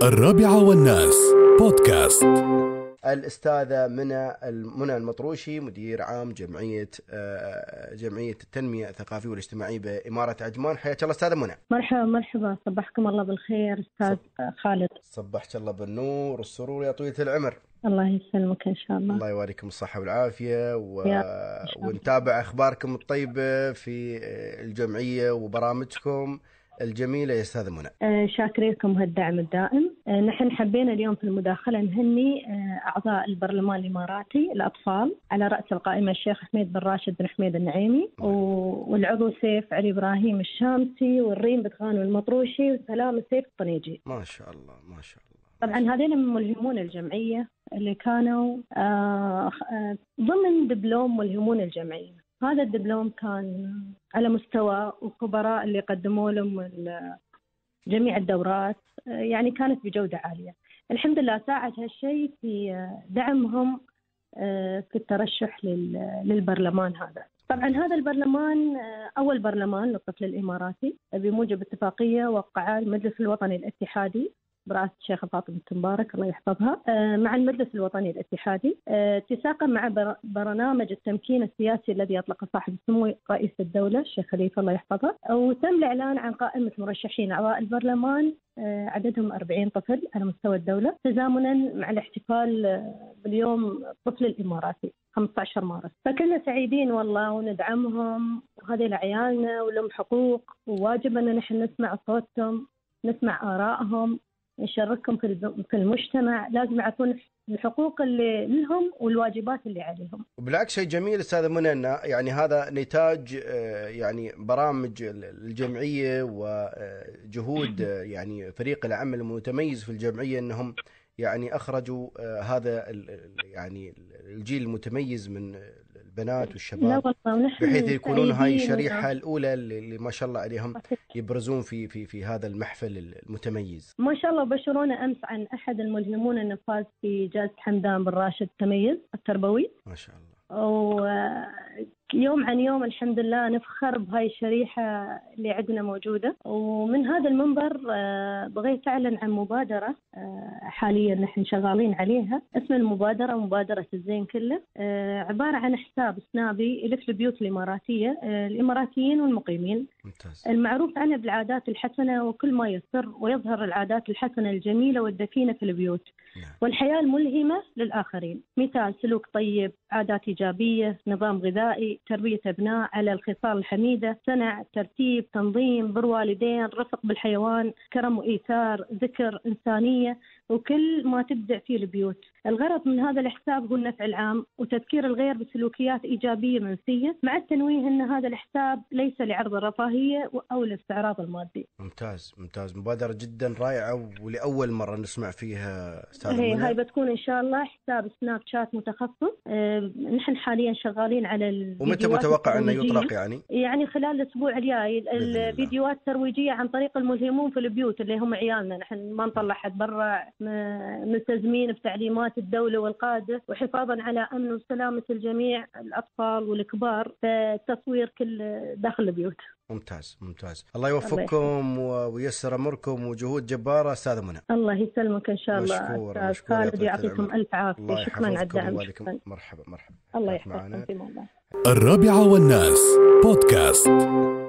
الرابعة والناس بودكاست. الأستاذة منى المطروشي، مدير عام جمعية التنمية الثقافية والاجتماعية بإمارة عجمان. حياك الله أستاذة منى. مرحبا، صبحكم الله بالخير أستاذ خالد. صبحك الله بالنور والسرور يا طويلة العمر. الله يسلمك إن شاء الله. الله يواريكم الصحة والعافية ونتابع أخباركم الطيبة في الجمعية وبرامجكم الجميلة يا أستاذة منى. شاكرينكم هالدعم الدائم. نحن حبينا اليوم في المداخلة نهني أعضاء البرلمان الإماراتي الأطفال، على رأس القائمة الشيخ حميد بن راشد بن حميد النعيمي، والعضو سيف علي إبراهيم الشامسي، والريم بتغانو المطروشي، وسلام سيف الطنيجي. ما شاء الله ما شاء الله. طبعا هذين من ملهمون الجمعية اللي كانوا ضمن دبلوم ملهمون الجمعية. هذا الدبلوم كان على مستوى وخبراء اللي قدموا لهم جميع الدورات، يعني كانت بجودة عالية. الحمد لله ساعد هالشيء في دعمهم في الترشح للبرلمان هذا. طبعا هذا البرلمان أول برلمان للطفل الإماراتي بموجب اتفاقية وقعها المجلس الوطني الاتحادي برئاسة الشيخة فاطمة مبارك الله يحفظها مع المجلس الوطني الاتحادي، اتساقا مع برنامج التمكين السياسي الذي أطلق صاحب السمو رئيس الدولة الشيخ خليفة الله يحفظه. وتم الإعلان عن قائمة مرشحين أعضاء البرلمان عددهم 40 طفل على مستوى الدولة، تزامنا مع الاحتفال باليوم الطفل الإماراتي 15 مارس. فكنا سعيدين والله وندعمهم، وهذه لعيالنا ولهم حقوق، وواجب أن نحن نسمع صوتهم، نسمع آرائهم، نشاركهم في المجتمع. لازم يعرفون الحقوق اللي لهم والواجبات اللي عليهم. وبالعكس شيء جميل أستاذة منى أن يعني هذا نتاج يعني برامج الجمعية وجهود يعني فريق العمل المتميز في الجمعية، أنهم يعني أخرجوا هذا يعني الجيل المتميز من البنات والشباب، بحيث يكونون هاي الشريحة الأولى اللي ما شاء الله عليهم يبرزون في هذا المحفل المتميز. ما شاء الله. بشرونا أمس عن أحد الملهمون أنه فاز في جائزة حمدان بن راشد التميز التربوي. ما شاء الله. ويوم عن يوم الحمد لله نفخر بهاي الشريحة اللي عندنا موجودة. ومن هذا المنبر بغيت أعلن عن مبادرة حاليا نحن شغالين عليها. اسم المبادرة مبادرة الزين كله، عبارة عن حساب سنابي يلف البيوت الإماراتية، الإماراتيين والمقيمين. ممتاز. المعروف عنه بالعادات الحسنة وكل ما يسر ويظهر العادات الحسنة الجميلة والدفينة في البيوت والحياة الملهمة للآخرين، مثال سلوك طيب، عادات إيجابية، نظام غذائي، تربية أبناء على الخصال الحميدة، صنع، ترتيب، تنظيم، بر والدين، رفق بالحيوان، كرم وإيثار، ذكر، إنسانية، وكل ما تبدع فيه البيوت. الغرض من هذا الحساب هو النفع العام وتذكير الغير بسلوكيات إيجابية منسية، مع التنويه أن هذا الحساب ليس لعرض الرفاهية أو الاستعراض المادي. ممتاز. مبادرة جدا رائعة ولأول مرة نسمع فيها. هاي بتكون إن شاء الله حساب سناب شات متخصص. نحن حاليا شغالين على الفيديوهات. ومتى متوقع أنه يطلق يعني خلال الأسبوع الجاي الفيديوهات الترويجية عن طريق الملهمون في البيوت اللي هم عيالنا. نحن ما نطلع حد برا، ملتزمين بتعليمات الدولة والقادة وحفاظا على أمن وسلامة الجميع الأطفال والكبار، فتصوير كل داخل البيوت. ممتاز. الله يوفقكم وييسر أمركم، وجهود جبارة أستاذة منى. الله يسلمك إن شاء الله. أستاذ خالد يعطيكم ألف عافية. شكرا على الدعم. مرحبا. الله يحفظكم في موضوع. الرابعة والناس بودكاست.